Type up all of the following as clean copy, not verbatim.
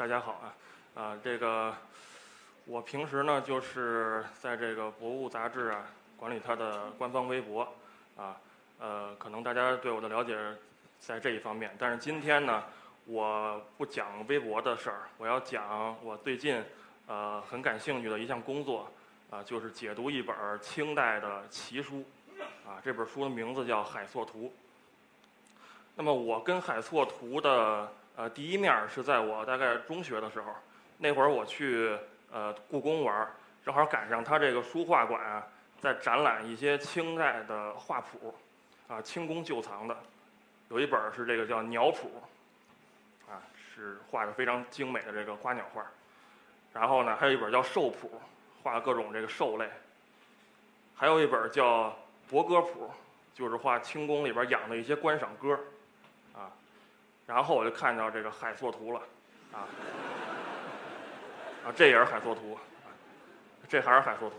大家好这个我平时呢就是在这个博物杂志管理它的官方微博可能大家对我的了解在这一方面，但是今天呢我不讲微博的事儿，我要讲我最近很感兴趣的一项工作就是解读一本清代的奇书这本书的名字叫《海错图》。那么我跟海错图的第一面是在我大概中学的时候，那会儿我去故宫玩，正好赶上他这个书画馆在展览一些清代的画谱清宫旧藏的，有一本是这个叫鸟谱是画的非常精美的这个花鸟画，然后呢还有一本叫兽谱，画各种这个兽类，还有一本叫博歌谱，就是画清宫里边养的一些观赏鸽然后我就看到这个海错图了这也是海错图这还是海错图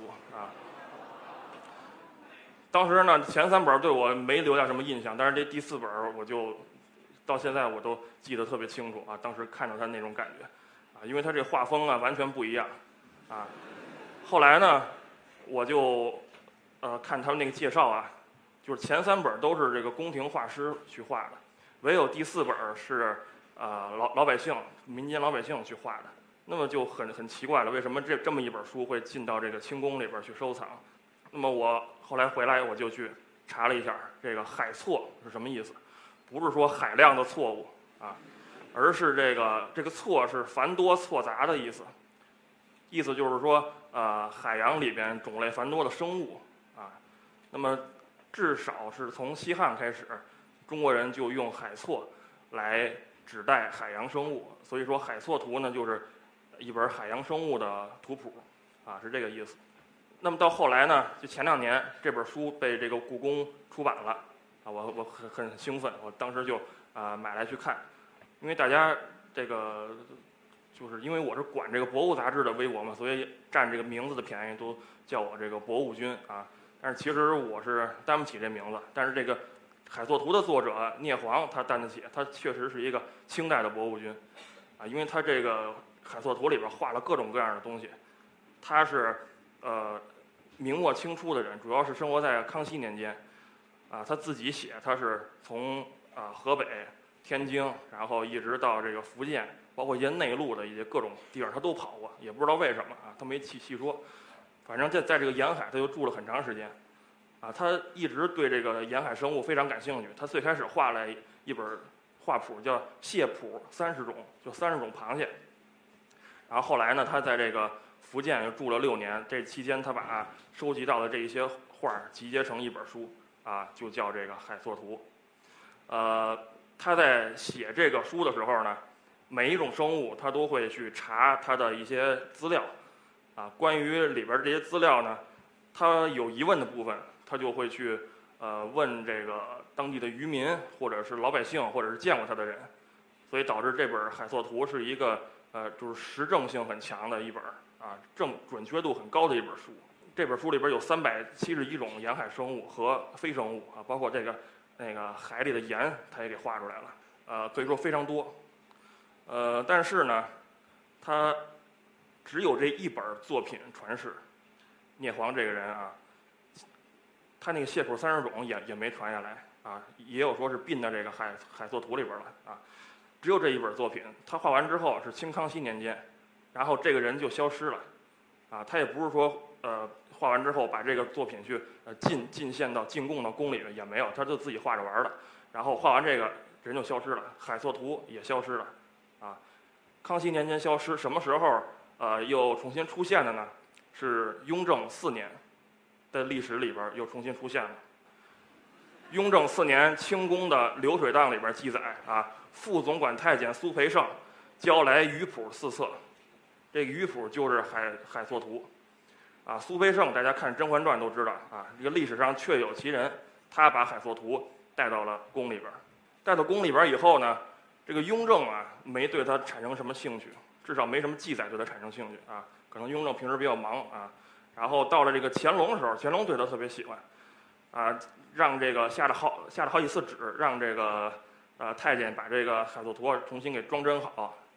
当时呢前3本对我没留下什么印象，但是这第4本我就到现在我都记得特别清楚当时看着它那种感觉因为它这画风完全不一样后来呢我就看他们那个介绍就是前3本都是这个宫廷画师去画的，唯有第4本是老百姓民间老百姓去画的。那么就很奇怪了，为什么这么一本书会进到这个清宫里边去收藏？那么我后来回来我就去查了一下，这个海错是什么意思？不是说海量的错误而是这个错是繁多错杂的意思。意思就是说海洋里边种类繁多的生物那么至少是从西汉开始，中国人就用海错来指代海洋生物，所以说海错图呢就是一本海洋生物的图谱是这个意思。那么到后来呢，就前2年这本书被这个故宫出版了我很兴奋，我当时就买来去看，因为大家这个就是因为我是管这个博物杂志的微博嘛，所以占这个名字的便宜都叫我这个博物君但是其实我是担不起这名字，但是这个海错图的作者聂璜他担得起，他确实是一个清代的博物君因为他这个海错图里边画了各种各样的东西。他是明末清初的人，主要是生活在康熙年间他自己写他是从河北天津然后一直到这个福建，包括一些内陆的一些各种地方他都跑过，也不知道为什么他没细说，反正在这个沿海他就住了很长时间他一直对这个沿海生物非常感兴趣。他最开始画了一本画谱叫蟹谱30种，就30种螃蟹。然后后来呢他在这个福建又住了6年，这期间他把收集到的这一些画集结成一本书就叫这个海错图。他在写这个书的时候呢，每一种生物他都会去查他的一些资料关于里边这些资料呢，他有疑问的部分他就会去问这个当地的渔民或者是老百姓或者是见过他的人，所以导致这本海错图是一个就是实证性很强的一本准确度很高的一本书。这本书里边有371种沿海生物和非生物包括那个海里的盐它也给画出来了可以说非常多但是呢他只有这一本作品传世。聂璜这个人他那个蟹谱30种也没传下来也有说是并到这个海错图里边了只有这一本作品。他画完之后是清康熙年间，然后这个人就消失了他也不是说画完之后把这个作品去进献到进贡到宫里也没有，他就自己画着玩了，然后画完这个人就消失了，海错图也消失了康熙年间消失，什么时候又重新出现的呢？是雍正4年的历史里边又重新出现了。雍正4年清宫的流水账里边记载副总管太监苏培盛交来鱼谱4册，这个鱼谱就是海错图苏培盛大家看《甄嬛传》都知道这个历史上确有其人，他把海错图带到了宫里边。带到宫里边以后呢，这个雍正没对他产生什么兴趣，至少没什么记载对他产生兴趣可能雍正平时比较忙然后到了这个乾隆的时候，乾隆对他特别喜欢让这个下了好几次旨，让这个太监把这个海错图重新给装帧好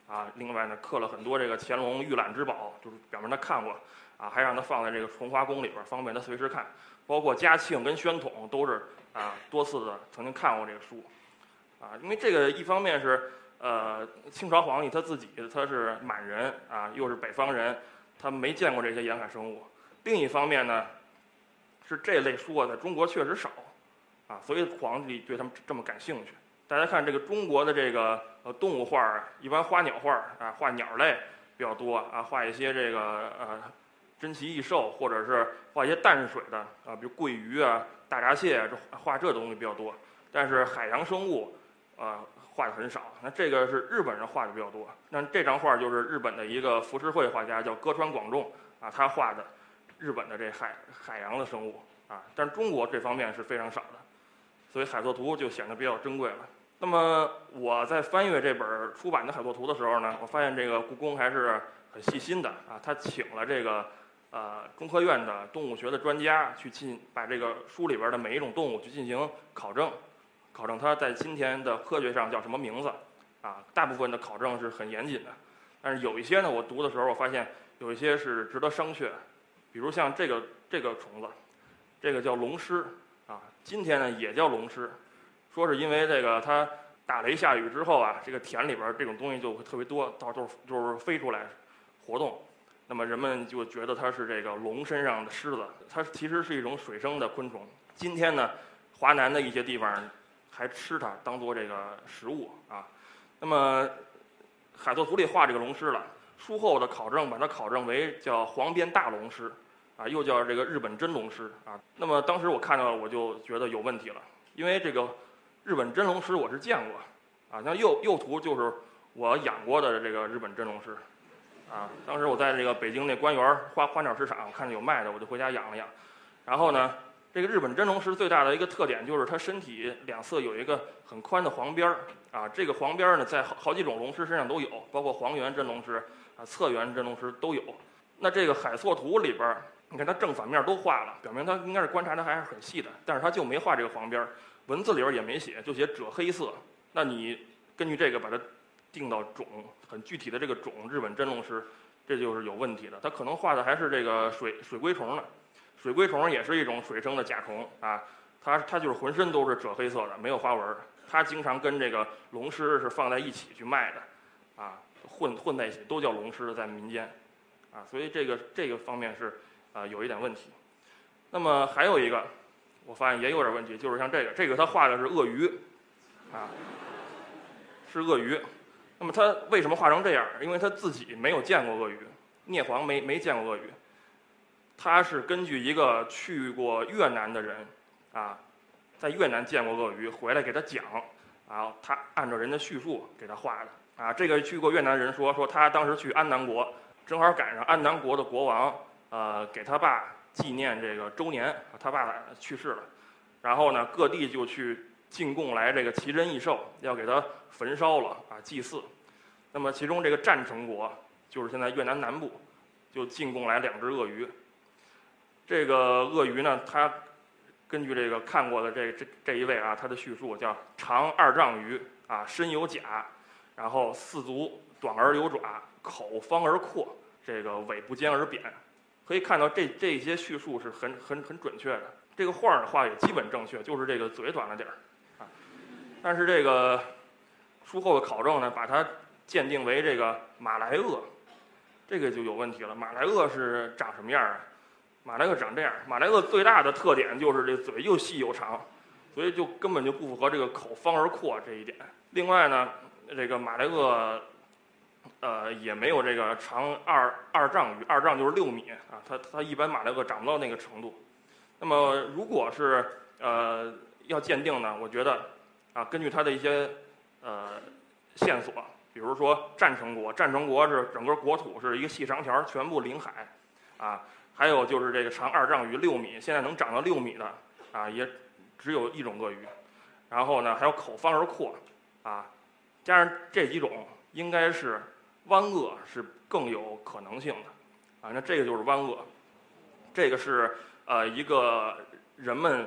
啊，另外呢刻了很多这个乾隆御览之宝，就是表明他看过啊，还让他放在这个崇华宫里边，方便他随时看。包括嘉庆跟宣统都是啊多次的曾经看过这个书，啊，因为这个一方面是清朝皇帝他自己他是满人啊，又是北方人，他没见过这些沿海生物。另一方面呢，是这类书在中国确实少，啊，所以皇帝对他们这么感兴趣。大家看这个中国的这个动物画儿，一般花鸟画儿啊，画鸟类比较多啊，画一些这个珍奇异兽，或者是画一些淡水的啊，比如桂鱼啊、大闸蟹啊，画这东西比较多。但是海洋生物画的很少。那这个是日本人画的比较多。那这张画就是日本的一个浮世绘画家叫歌川广重啊，他画的日本的这海洋的生物啊，但是中国这方面是非常少的，所以海作图就显得比较珍贵了。那么我在翻阅这本出版的海作图的时候呢，我发现这个故宫还是很细心的啊，他请了这个中科院的动物学的专家去把这个书里边的每一种动物去进行考证它在今天的科学上叫什么名字啊。大部分的考证是很严谨的，但是有一些呢，我读的时候我发现有一些是值得商榷，比如像这个虫子，这个叫龙狮啊，今天呢也叫龙狮，说是因为这个它打雷下雨之后啊，这个田里边这种东西就会特别多，到时候就是飞出来活动。那么人们就觉得它是这个龙身上的狮子，它其实是一种水生的昆虫。今天呢，华南的一些地方还吃它当做这个食物啊。那么海作图里画这个龙狮了，书后的考证把它考证为叫黄边大龙狮啊，又叫这个日本真龙狮啊。那么当时我看到我就觉得有问题了，因为这个日本真龙狮我是见过啊，像右图就是我养过的这个日本真龙狮。啊，当时我在这个北京那官园花鸟市场，我看见有卖的，我就回家养了养。然后呢，这个日本真龙狮最大的一个特点就是它身体两侧有一个很宽的黄边儿啊。这个黄边儿呢，在好几种龙狮身上都有，包括黄缘真龙狮啊、侧缘真龙狮都有。那这个海错图里边，你看它正反面都画了，表明它应该是观察的还是很细的，但是它就没画这个黄边儿，文字里边也没写，就写赭黑色。那你根据这个把它定到种很具体的这个种日本真龙狮，这就是有问题的。它可能画的还是这个水龟虫呢，水龟虫也是一种水生的甲虫啊，它就是浑身都是赭黑色的，没有花纹。它经常跟这个龙狮是放在一起去卖的，啊，混在一起都叫龙狮在民间，啊，所以这个方面是有一点问题。那么还有一个，我发现也有点问题，就是像这个它画的是鳄鱼，啊，是鳄鱼。那么他为什么画成这样？因为他自己没有见过鳄鱼，聂璜没见过鳄鱼，他是根据一个去过越南的人，啊，在越南见过鳄鱼，回来给他讲，啊，他按照人的叙述给他画的，啊，这个去过越南人说他当时去安南国，正好赶上安南国的国王，给他爸纪念这个周年，他爸去世了，然后呢，各地就去进贡来这个奇珍异兽，要给它焚烧了啊，祭祀。那么其中这个占城国就是现在越南南部，就进贡来2只鳄鱼。这个鳄鱼呢，它根据这个看过的这一位啊，他的叙述叫长2丈余啊，身有甲，然后4足短而有爪，口方而阔，这个尾不尖而扁。可以看到这些叙述是很准确的。这个画的话也基本正确，就是这个嘴短了点儿。但是这个书后的考证呢，把它鉴定为这个马来鳄，这个就有问题了。马来鳄是长什么样啊？马来鳄长这样。马来鳄最大的特点就是这嘴又细又长，所以就根本就不符合这个口方而阔这一点。另外呢，这个马来鳄也没有这个长2丈余，2丈就是6米啊。它一般马来鳄长不到那个程度。那么如果是要鉴定呢，我觉得啊，根据它的一些线索，比如说占城国是整个国土是一个细长条，全部临海，啊，还有就是这个长2丈余6米，现在能长到6米的啊，也只有一种鳄鱼。然后呢，还有口方而阔，啊，加上这几种应该是湾鳄是更有可能性的，啊，那这个就是湾鳄，这个是一个人们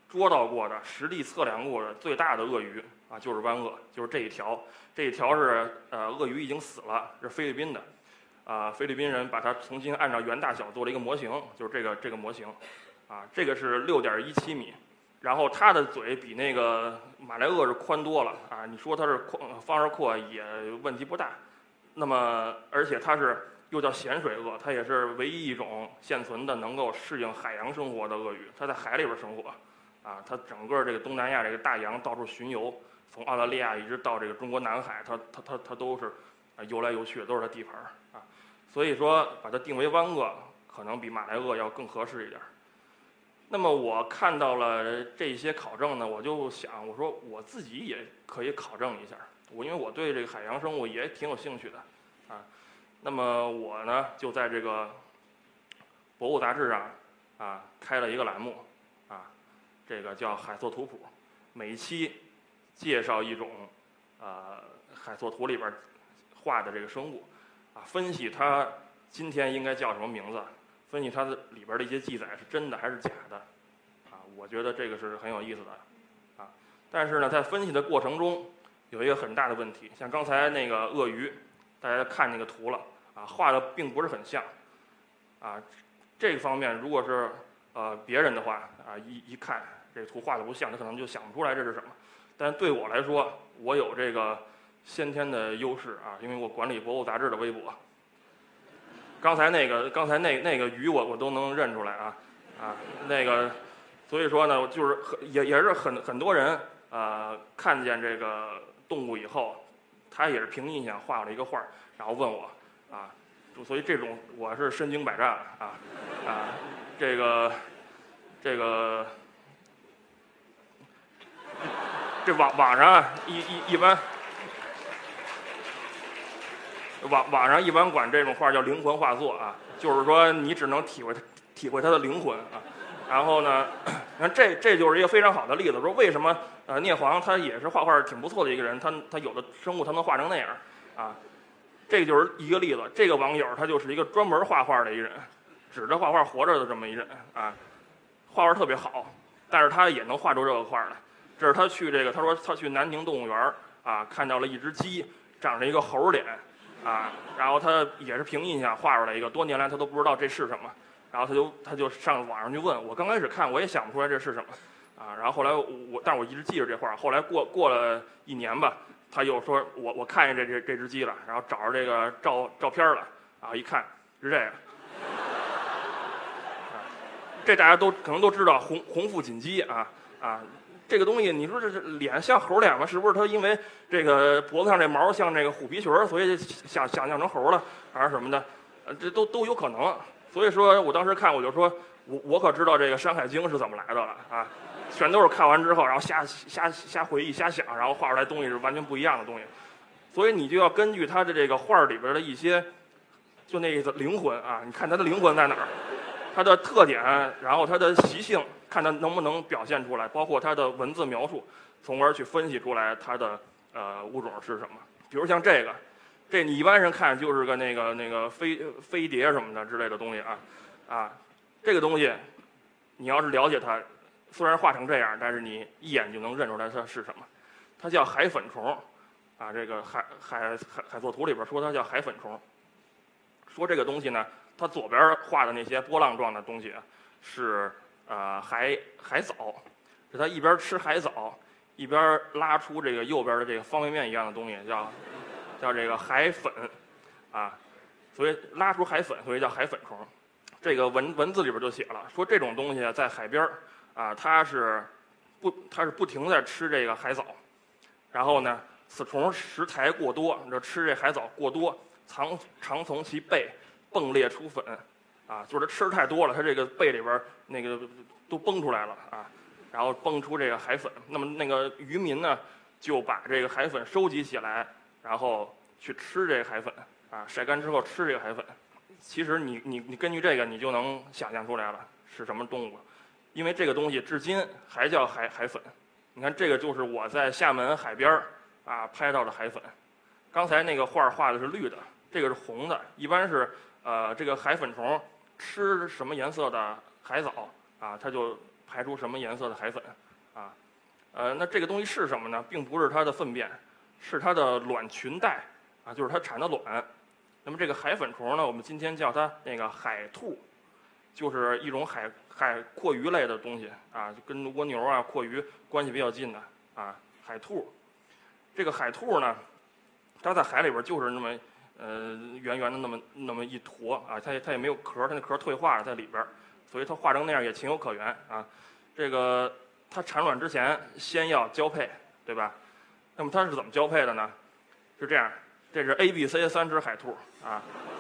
捉到过的、实地测量过的最大的鳄鱼啊，就是湾鳄，就是这一条。这一条是鳄鱼已经死了，是菲律宾的，菲律宾人把它重新按照原大小做了一个模型，就是这个模型，啊，这个是6.17米，然后它的嘴比那个马来鳄是宽多了啊，你说它是方而阔也问题不大。那么而且它是又叫咸水鳄，它也是唯一一种现存的能够适应海洋生活的鳄鱼，它在海里边生活。啊，它整个这个东南亚这个大洋到处巡游，从澳大利亚一直到这个中国南海，它都是游来游去的，都是它地盘啊。所以说把它定为湾鳄，可能比马来鳄要更合适一点。那么我看到了这些考证呢，我就想，我说我自己也可以考证一下，因为我对这个海洋生物也挺有兴趣的啊。那么我呢就在这个博物杂志上啊开了一个栏目。这个叫海错图谱，每一期介绍一种海错图里边画的这个生物，啊，分析它今天应该叫什么名字，分析它的里边的一些记载是真的还是假的，啊，我觉得这个是很有意思的，啊，但是呢，在分析的过程中有一个很大的问题，像刚才那个鳄鱼，大家看那个图了，啊，画的并不是很像，啊，这个方面如果是别人的话啊，一看这个图画的不像，他可能就想不出来这是什么。但对我来说，我有这个先天的优势啊，因为我管理博物杂志的微博。刚才那个鱼我都能认出来啊，那个，所以说呢，就是也是很多人看见这个动物以后，他也是凭印象画了一个画，然后问我啊，所以这种我是身经百战啊。这个这网上一般，网上一般管这种画叫灵魂画作啊，就是说你只能体会它的灵魂啊。然后呢，这就是一个非常好的例子，说为什么聂黄他也是画画挺不错的一个人，他有的生物他能画成那样啊，这个就是一个例子。这个网友他就是一个专门画画的一个人。指着画画活着的这么一人啊，画画特别好，但是他也能画出这个画来。这是他去他说他去南宁动物园啊，看到了一只鸡长着一个猴脸啊，然后他也是凭印象画出来一个，多年来他都不知道这是什么，然后他就上网上去问我，刚开始看我也想不出来这是什么啊，然后后来但是我一直记着这画，后来过了1年吧，他又说我看见这只鸡了，然后找着这个照片了啊，一看是这个。这大家可能都知道，红腹锦鸡啊，这个东西你说这是脸像猴脸吗？是不是它因为这个脖子上这毛像这个虎皮裙，所以想象成猴了，还是什么的？这都有可能。所以说我当时看我就说，我可知道这个《山海经》是怎么来的了啊，全都是看完之后，然后瞎回忆、瞎想，然后画出来东西是完全不一样的东西。所以你就要根据它的这个画里边的一些，就那个灵魂啊，你看它的灵魂在哪儿？它的特点，然后它的习性，看它能不能表现出来，包括它的文字描述，从而去分析出来它的物种是什么。比如像这你一般人看就是个那个飞碟什么的之类的东西啊，这个东西，你要是了解它，虽然画成这样，但是你一眼就能认出来它是什么。它叫海粉虫，啊，这个海错图里边说它叫海粉虫，说这个东西呢。它左边画的那些波浪状的东西是海藻，是它一边吃海藻，一边拉出这个右边的这个方便面一样的东西，叫这个海粉，啊，所以拉出海粉，所以叫海粉虫。这个文字里边就写了，说这种东西在海边啊，它是不停在吃这个海藻，然后呢，此虫食苔过多，这吃这海藻过多，常从其背。迸裂出粉，啊，就是它吃太多了，它这个背里边那个都崩出来了啊，然后崩出这个海粉。那么那个渔民呢，就把这个海粉收集起来，然后去吃这个海粉啊，晒干之后吃这个海粉。其实你根据这个你就能想象出来了是什么动物，因为这个东西至今还叫海粉。你看这个就是我在厦门海边啊拍到的海粉，刚才那个画的是绿的，这个是红的，一般是。这个海粉虫吃什么颜色的海藻啊，它就排出什么颜色的海粉，啊，那这个东西是什么呢？并不是它的粪便，是它的卵群带，啊，就是它产的卵。那么这个海粉虫呢，我们今天叫它那个海兔，就是一种海蛞蝓类的东西啊，就跟蜗牛啊、蛞蝓关系比较近的啊，海兔。这个海兔呢，它在海里边就是那么圆圆的那么一坨啊，它也没有壳，它那壳退化了在里边，所以它化成那样也情有可原啊。这个它产卵之前先要交配，对吧？那么它是怎么交配的呢？是这样，这是 A、B、C 3只海兔啊，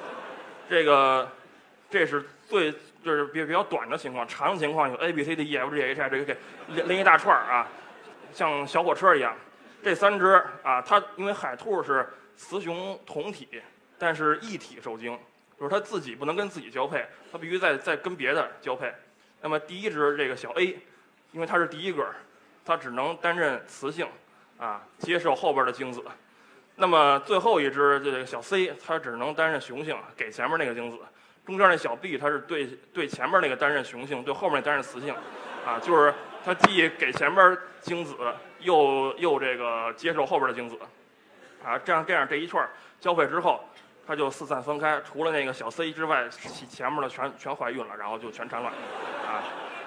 这是就是比较短的情况，长情况有 A、B、C、D、E、F、G、H， 这个给拎一大串啊，像小火车一样。这3只啊，它因为海兔是雌雄同体，但是异体受精，就是它自己不能跟自己交配，它必须再跟别的交配。那么第一只这个小 A， 因为它是第一个，它只能担任雌性，啊，接受后边的精子。那么最后一只这个小 C， 它只能担任雄性，给前面那个精子。中间那小 B， 它是对前面那个担任雄性，对后面那担任雌性，啊，就是它既给前面精子，又这个接受后边的精子，啊，这样这一串交配之后，它就四散分开，除了那个小 C 之外，前面的全怀孕了，然后就全产卵，啊，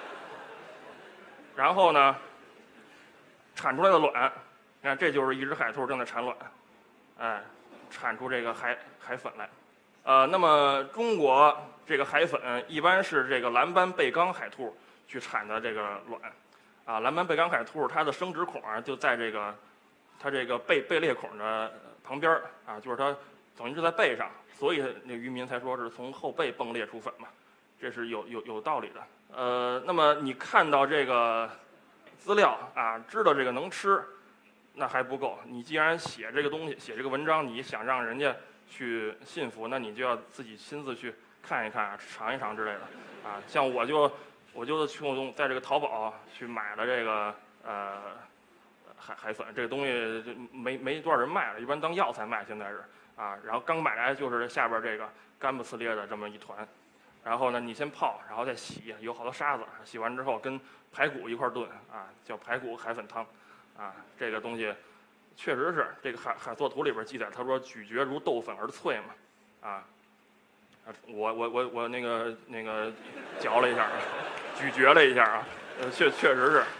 然后呢，产出来的卵，你看这就是一只海兔正在产卵，哎，产出这个海粉来。那么中国这个海粉一般是这个蓝斑背缸海兔去产的这个卵，啊，蓝斑背缸海兔它的生殖孔啊就在它这个背裂孔的旁边啊，就是它等于是在背上，所以那渔民才说是从后背迸裂出粉嘛，这是有道理的。那么你看到这个资料啊，知道这个能吃，那还不够。你既然写这个东西，写这个文章，你想让人家去信服，那你就要自己亲自去看一看、尝一尝之类的，啊，像我就去在这个淘宝去买了这个海粉，这个东西就没多少人卖了，一般当药材卖，现在是啊，然后刚买来就是下边这个干不呲咧的这么一团，然后呢你先泡，然后再洗，有好多沙子，洗完之后跟排骨一块炖啊，叫排骨海粉汤，啊，这个东西。确实是这个海作图里边记载，他说咀嚼如豆粉而脆嘛，啊，我那个嚼了一下，咀嚼了一下啊，确实是，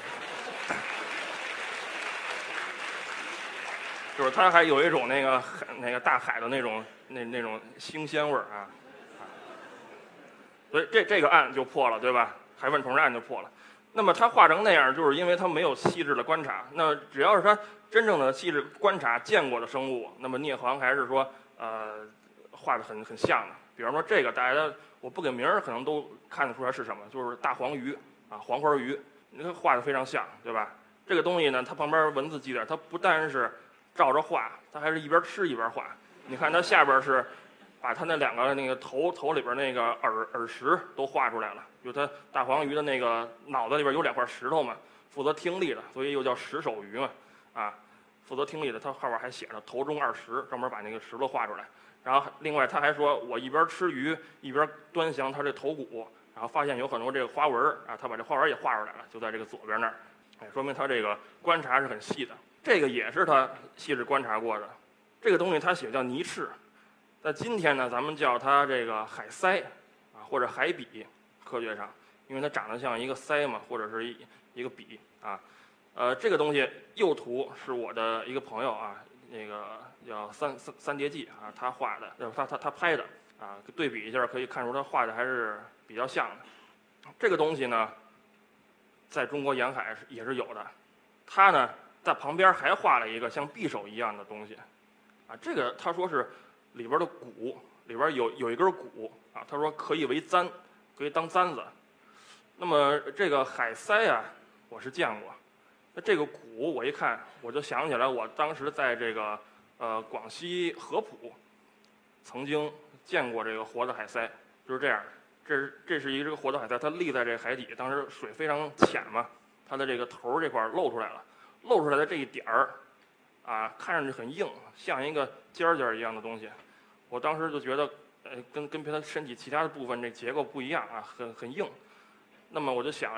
就是它还有一种那个大海的那种腥鲜味儿啊，所以这个案就破了，对吧？海粉虫的案就破了。那么它画成那样，就是因为它没有细致的观察。那只要是它真正的细致观察见过的生物，那么聂航还是说画的很像的。比方说这个，大家我不给名儿，可能都看得出来是什么，就是大黄鱼啊，黄花鱼，你看画的非常像，对吧？这个东西呢，它旁边文字记载，它不单是照着画，它还是一边吃一边画。你看它下边是把它那两个那个头里边那个耳石都画出来了，就它大黄鱼的那个脑子里边有2块石头嘛，负责听力的，所以又叫石首鱼嘛，啊，负责听力的，它后边还写着头中2石，专门把那个石头画出来。然后另外他还说，我一边吃鱼一边端详它这头骨，然后发现有很多这个花纹啊，他把这花纹也画出来了，就在这个左边那儿，哎，说明他这个观察是很细的。这个也是他细致观察过的。这个东西他写叫泥翅，在今天呢，咱们叫它这个海鳃啊，或者海笔，科学上，因为它长得像一个鳃嘛，或者是一个笔啊。这个东西右图是我的一个朋友啊，那个叫三叠纪啊，他画的，他拍的啊，对比一下可以看出他画的还是比较像的。这个东西呢，在中国沿海也是有的，他呢在旁边还画了一个像匕首一样的东西，啊，这个他说是里边的骨，里边有一根骨啊，他说可以为簪，可以当簪子。那么这个海鳃啊，我是见过。那这个骨我一看，我就想起来我当时在这个广西合浦曾经见过这个活的海鳃，就是这样。这是一只活的海鳃，它立在这海底，当时水非常浅嘛，它的这个头这块露出来了，露出来的这一点儿啊，看上去很硬，像一个尖儿一样的东西。我当时就觉得，跟它身体其他的部分这结构不一样啊，很硬。那么我就想，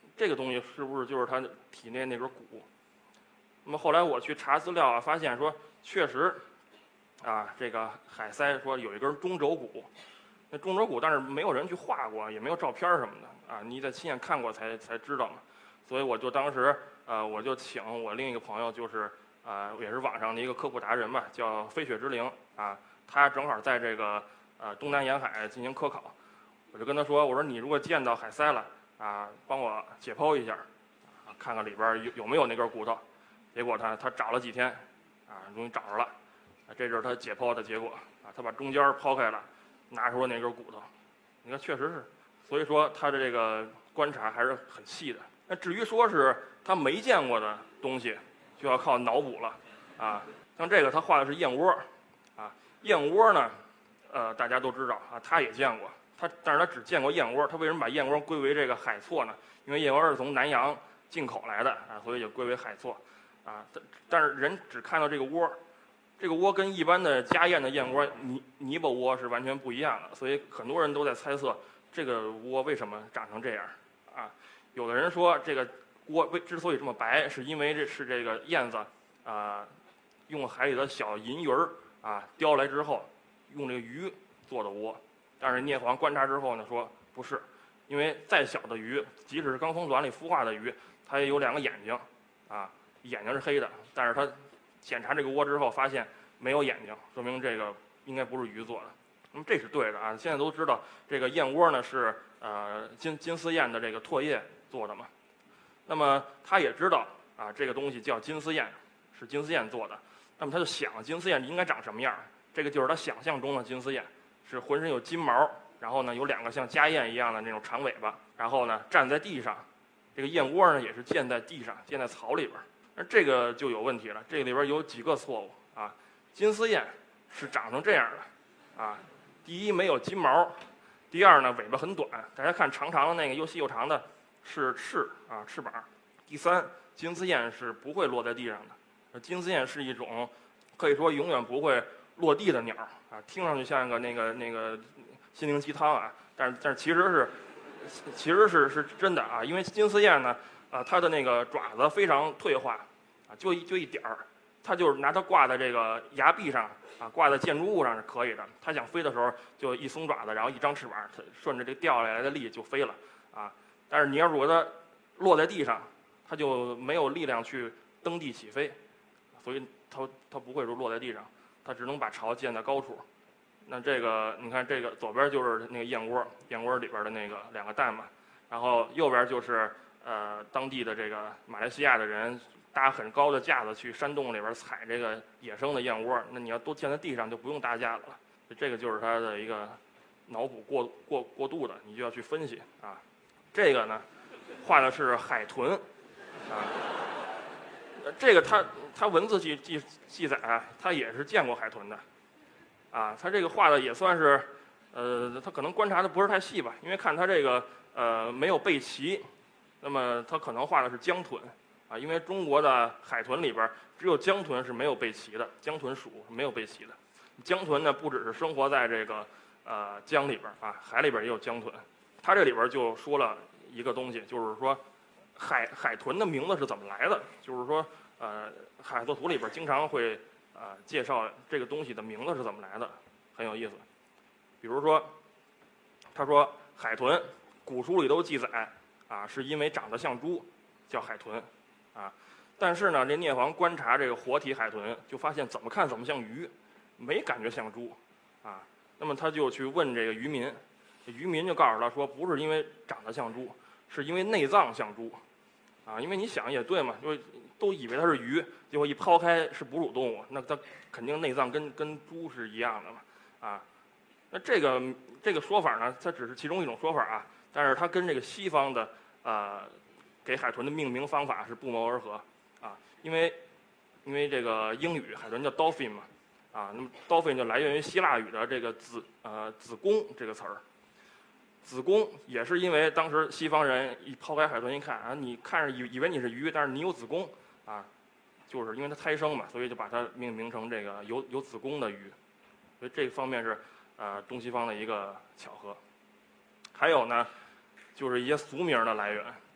这个东西是不是就是它体内那根骨？那么后来我去查资料啊，发现说确实，啊，这个海鳃说有一根中轴骨，那中轴骨但是没有人去画过，也没有照片什么的啊，你得亲眼看过才知道嘛。所以我就当时我就请我另一个朋友，就是也是网上的一个科普达人吧，叫飞雪之灵啊，他正好在这个东南沿海进行科考，我就跟他说，我说你如果见到海鳃了啊，帮我解剖一下，啊，看看里边有没有那根骨头。结果他找了几天，啊，终于找着了，啊，这就是他解剖的结果啊，他把中间抛开了，拿出了那根骨头，你看确实是，所以说他的这个观察还是很细的。那至于说是他没见过的东西，就要靠脑补了，啊，像这个他画的是燕窝，啊，燕窝呢，大家都知道啊，他也见过，但是他只见过燕窝，他为什么把燕窝归为这个海错呢？因为燕窝是从南洋进口来的啊，所以就归为海错，啊，但是人只看到这个窝，这个窝跟一般的家燕的燕窝泥巴窝是完全不一样的，所以很多人都在猜测这个窝为什么长成这样，啊。有的人说，这个窝之所以这么白，是因为这个燕子用海里的小银鱼叼来之后，用这个鱼做的窝。但是聂璜观察之后呢，说不是，因为再小的鱼，即使是刚从卵里孵化的鱼，它也有2个眼睛，眼睛是黑的，但是它检查这个窝之后发现没有眼睛，说明这个应该不是鱼做的。那么这是对的啊！现在都知道这个燕窝呢是金丝燕的这个唾液做的嘛。那么他也知道啊，这个东西叫金丝燕，是金丝燕做的。那么他就想金丝燕应该长什么样？这个就是他想象中的金丝燕，是浑身有金毛，然后呢有2个像家燕一样的那种长尾巴，然后呢站在地上，这个燕窝呢也是建在地上，建在草里边。那这个就有问题了，这里边有几个错误啊。金丝燕是长成这样的啊，第一没有金毛，第二呢尾巴很短，大家看长长的那个又细又长的是翅膀。第三，金丝燕是不会落在地上的，金丝燕是一种可以说永远不会落地的鸟啊，听上去像一个那个心灵鸡汤啊，但是其实是真的啊，因为金丝燕呢它的那个爪子非常退化啊，就一点儿，它就是拿它挂在这个崖壁上啊，挂在建筑物上是可以的。它想飞的时候就一松爪子，然后一张翅膀，它顺着这掉下来的力就飞了啊。但是你要如果它落在地上，它就没有力量去登地起飞，所以它不会说落在地上，它只能把巢建在高处。那这个你看，这个左边就是那个燕窝，燕窝里边的那个2个蛋嘛，然后右边就是当地的这个马来西亚的人搭很高的架子去山洞里边采这个野生的燕窝，那你要都建在地上就不用搭架子了。这个就是它的一个脑补过度的，你就要去分析啊。这个呢，画的是海豚啊，这个它文字记载啊，它也是见过海豚的啊。它这个画的也算是它可能观察的不是太细吧，因为看它这个没有背鳍，那么它可能画的是江豚啊，因为中国的海豚里边只有江豚是没有背鳍的，江豚属是没有背鳍的。江豚呢不只是生活在这个江里边啊，海里边也有江豚。它这里边就说了一个东西，就是说海豚的名字是怎么来的，就是说海作图里边经常会介绍这个东西的名字是怎么来的，很有意思。比如说他说海豚古书里都记载啊，是因为长得像猪叫海豚啊，但是呢这聂璜观察这个活体海豚就发现怎么看怎么像鱼，没感觉像猪啊。那么他就去问这个渔民，渔民就告诉他说不是因为长得像猪，是因为内脏像猪啊。因为你想也对嘛，就都以为它是鱼，结果一抛开是哺乳动物，那它肯定内脏跟猪是一样的嘛啊。那这个说法呢，它只是其中一种说法啊，但是它跟这个西方的给海豚的命名方法是不谋而合啊。因为这个英语海豚叫 dolphin 嘛啊，那么 dolphin 就来源于希腊语的这个子宫这个词儿。子宫也是因为当时西方人一抛开海豚一看啊，你看着以为你是鱼，但是你有子宫啊，就是因为它胎生嘛，所以就把它命名成这个有子宫的鱼。所以这方面是东西方的一个巧合。还有呢，就是一些俗名的来源。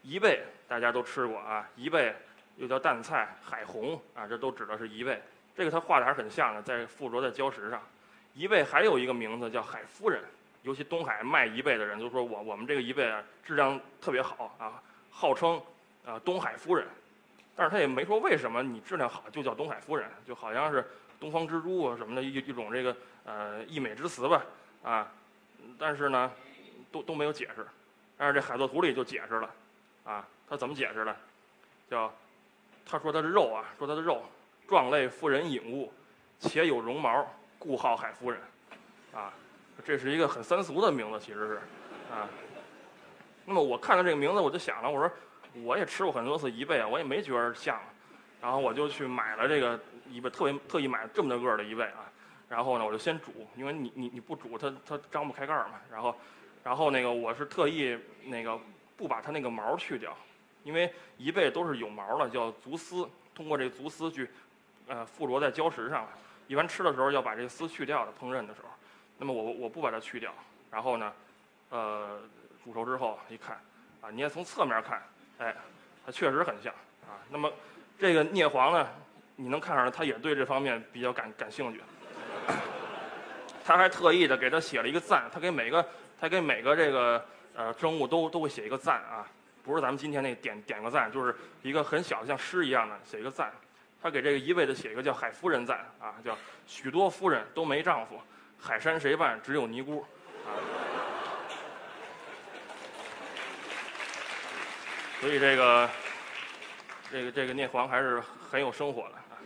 贻贝大家都吃过啊，贻贝又叫淡菜、海虹啊，这都指的是贻贝。这个它画的还是很像的，在附着在礁石上。贻贝还有一个名字叫海夫人，尤其东海卖贻贝的人都说我们这个贻贝啊质量特别好啊，号称东海夫人。但是他也没说为什么你质量好就叫东海夫人，就好像是东方之珠啊什么的一种这个溢美之词吧啊，但是呢都没有解释。但是这海作图里就解释了啊，他怎么解释的？他说他的肉啊，说他的肉状类妇人隐物，且有绒毛，故号海夫人啊。这是一个很三俗的名字，其实是啊。那么我看到这个名字，我就想了，我说我也吃过很多次贻贝啊，我也没觉得像，然后我就去买了这个贻贝，特意买了这么大个儿的贻贝啊。然后呢，我就先煮，因为你不煮它张不开盖儿嘛。然后那个我是特意那个不把它那个毛去掉，因为贻贝都是有毛的，叫足丝，通过这个足丝去附着在礁石上。一般吃的时候要把这个丝去掉的，烹饪的时候。那么我不把它去掉，然后呢，煮熟之后一看啊，你也从侧面看，哎，它确实很像啊。那么这个聂黄呢，你能看出来他也对这方面比较感兴趣，他还特意的给他写了一个赞，他给每个这个生物都会写一个赞啊，不是咱们今天那点个赞，就是一个很小的像诗一样的写一个赞。他给这个贻贝的写一个叫海夫人赞啊，叫许多夫人都没丈夫。海山谁伴只有尼姑，啊，所以这个聂黄还是很有生活的啊。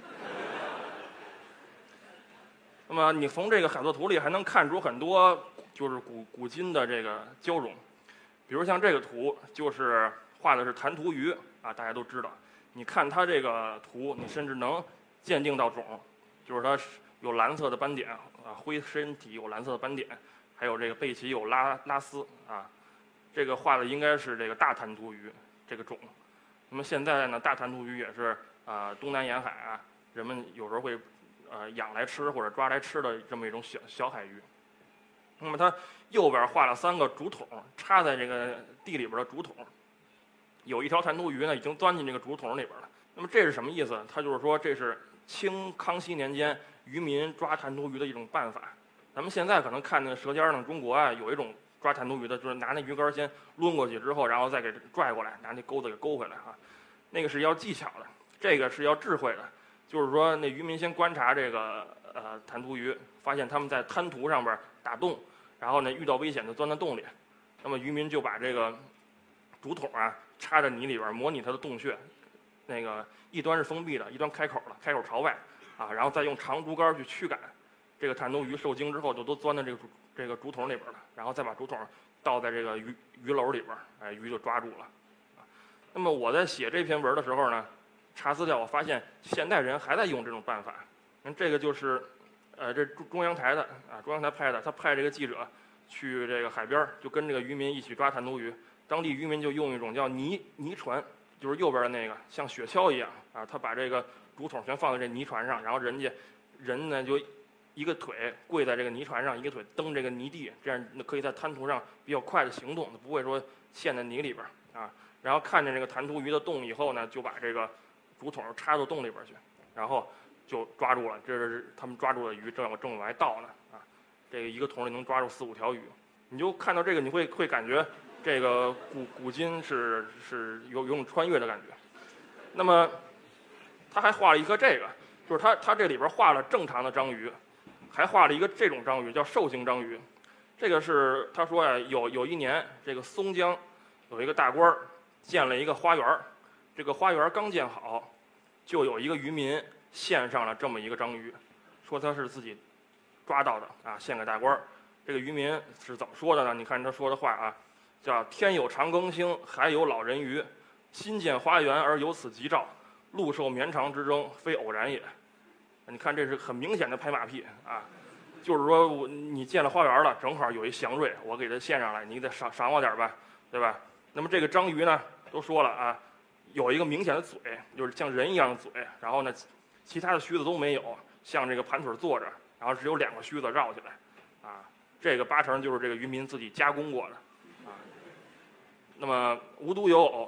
那么你从这个海作图里还能看出很多就是古今的这个交融，比如像这个图就是画的是弹涂鱼啊，大家都知道。你看它这个图，你甚至能鉴定到种，就是它有蓝色的斑点啊，灰身体有蓝色的斑点，还有这个背鳍有拉丝啊。这个画的应该是这个大弹涂鱼这个种。那么现在呢，大弹涂鱼也是东南沿海啊，人们有时候会养来吃或者抓来吃的这么一种小海鱼。那么它右边画了3个竹筒，插在这个地里边的竹筒，有一条弹涂鱼呢已经钻进这个竹筒里边了。那么这是什么意思？它就是说这是清康熙年间渔民抓弹涂鱼的一种办法。咱们现在可能看那个《舌尖上的中国》啊，有一种抓弹涂鱼的，就是拿那鱼竿先抡过去之后，然后再给拽过来，拿那钩子给勾回来啊。那个是要技巧的，这个是要智慧的。就是说，那渔民先观察这个弹涂鱼，发现他们在滩涂上边打洞，然后呢遇到危险就钻到洞里。那么渔民就把这个竹筒啊插在泥里边，模拟它的洞穴。那个一端是封闭的，一端开口了，开口朝外啊，然后再用长竹竿去驱赶。这个弹涂鱼受惊之后，就都钻到这个竹筒里边了，然后再把竹筒倒在这个鱼篓里边，哎，鱼就抓住了。那么我在写这篇文的时候呢，查资料我发现现代人还在用这种办法。这个就是这中央台的啊，中央台拍的，他派这个记者去这个海边，就跟这个渔民一起抓弹涂鱼。当地渔民就用一种叫泥船，就是右边的那个像雪橇一样啊，他把这个竹筒全放在这泥船上，然后人呢就一个腿跪在这个泥船上，一个腿蹬这个泥地，这样可以在滩涂上比较快的行动，不会说陷在泥里边啊。然后看见这个弹涂鱼的洞以后呢，就把这个竹筒插到洞里边去，然后就抓住了。这是他们抓住的鱼，正往外倒呢啊。这个一个桶里能抓住4、5条鱼，你就看到这个，你会感觉这个古今是有种穿越的感觉。那么他还画了一个这个，就是他这里边画了正常的章鱼，还画了一个这种章鱼叫兽形章鱼。这个是他说呀，有一年这个松江有一个大官建了一个花园，这个花园刚建好，就有一个渔民献上了这么一个章鱼，说他是自己抓到的啊，献给大官。这个渔民是怎么说的呢？你看他说的话啊，叫天有长庚星，海有老人鱼，新建花园而有此吉兆，陆受绵长之争，非偶然也。你看这是很明显的拍马屁啊，就是说你建了花园了，正好有一祥瑞，我给他献上来，你得赏我点吧，对吧？那么这个章鱼呢，都说了啊，有一个明显的嘴，就是像人一样的嘴，然后呢，其他的须子都没有，像这个盘腿坐着，然后只有2个须子绕起来，啊，这个8成就是这个渔民自己加工过的，啊。那么无独有偶，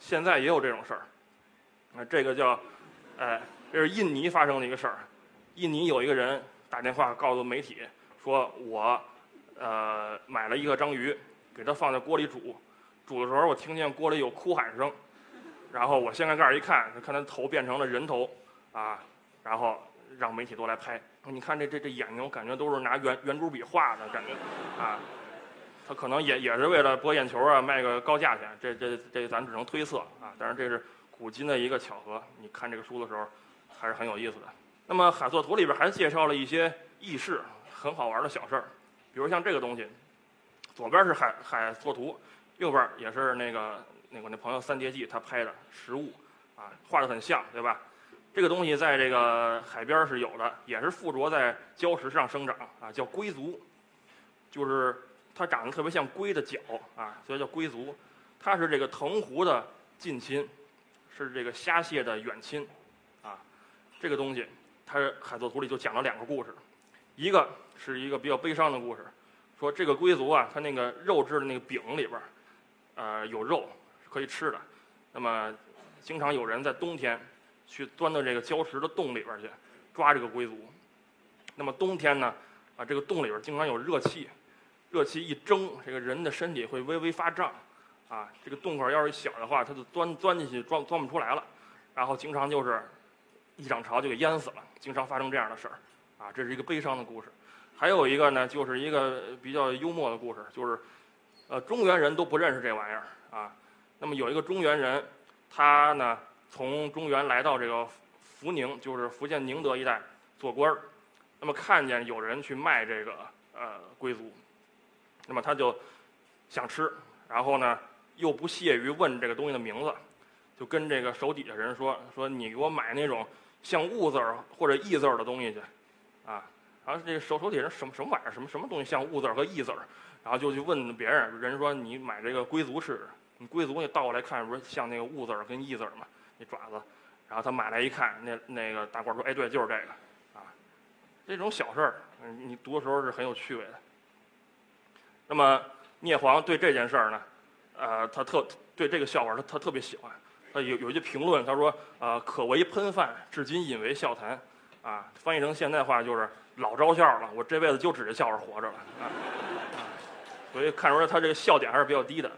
现在也有这种事儿。这个叫，这是印尼发生的一个事儿。印尼有一个人打电话告诉媒体说，我买了一个章鱼，给它放在锅里煮，煮的时候我听见锅里有哭喊声，然后我掀开盖儿一看，看它头变成了人头啊，然后让媒体都来拍。你看这眼睛，我感觉都是拿圆珠笔画的感觉啊。他可能也是为了博眼球啊，卖个高价钱，这咱只能推测啊。但是这是古今的一个巧合，你看这个书的时候还是很有意思的。那么海作图里边还介绍了一些轶事，很好玩的小事儿，比如像这个东西，左边是海作图，右边也是那我那朋友三叠纪他拍的实物啊，画得很像，对吧？这个东西在这个海边是有的，也是附着在礁石上生长啊，叫龟足，就是它长得特别像龟的脚啊，所以叫龟足。它是这个藤壶的近亲，是这个虾蟹的远亲啊。这个东西，它海作图里就讲了2个故事，一个是一个比较悲伤的故事，说这个龟足啊，它那个肉质的那个饼里边，有肉是可以吃的。那么，经常有人在冬天去钻到这个礁石的洞里边去抓这个龟足。那么冬天呢，这个洞里边经常有热气。热气一蒸，这个人的身体会微微发胀，啊，这个洞口要是小的话，它就钻进去钻不出来了，然后经常就是一涨潮就给淹死了，经常发生这样的事儿，啊，这是一个悲伤的故事。还有一个呢，就是一个比较幽默的故事，就是中原人都不认识这玩意儿啊。那么有一个中原人，他呢从中原来到这个福宁，就是福建宁德一带做官儿，那么看见有人去卖这个龟足。那么他就想吃，然后呢又不屑于问这个东西的名字，就跟这个手底下人说你给我买那种像物字儿或者义字儿的东西去，啊，然后这个手底下人什么玩意儿，什么东西像物字儿和义字儿，然后就去问别人，人说你买这个龟足试试，你龟足你倒过来看，不是像那个物字儿跟义字儿嘛，那爪子，然后他买来一看，那个大褂说，哎，对，就是这个，啊，这种小事儿，你读的时候是很有趣味的。那么聂璜对这件事儿呢，他对这个笑话他特别喜欢。他有一句评论，他说可为喷饭，至今引为笑谈，啊，翻译成现代话就是老招笑了，我这辈子就指着笑话活着了啊。所以看出来他这个笑点还是比较低的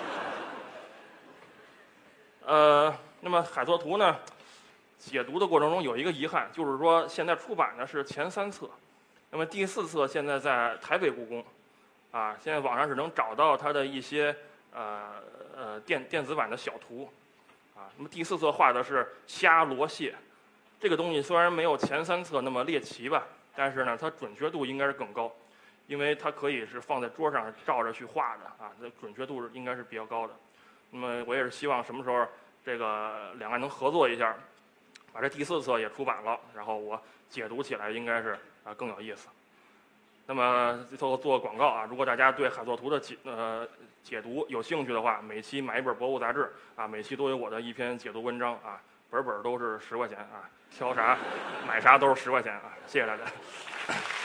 啊。那么海作图呢，解读的过程中有一个遗憾，就是说现在出版的是前3册，那么第4册现在在台北故宫。啊，现在网上只能找到它的一些电子版的小图，啊，那么第4册画的是虾、螺、蟹，这个东西虽然没有前3册那么猎奇吧，但是呢，它准确度应该是更高，因为它可以是放在桌上照着去画的啊，这准确度应该是比较高的。那么我也是希望什么时候这个两岸能合作一下，把这第4册也出版了，然后我解读起来应该是更有意思。那么最后做个广告啊，如果大家对海作图的解读有兴趣的话，每期买一本博物杂志啊，每期都有我的一篇解读文章啊，本都是10块钱啊，挑啥买啥都是10块钱啊，谢谢大家。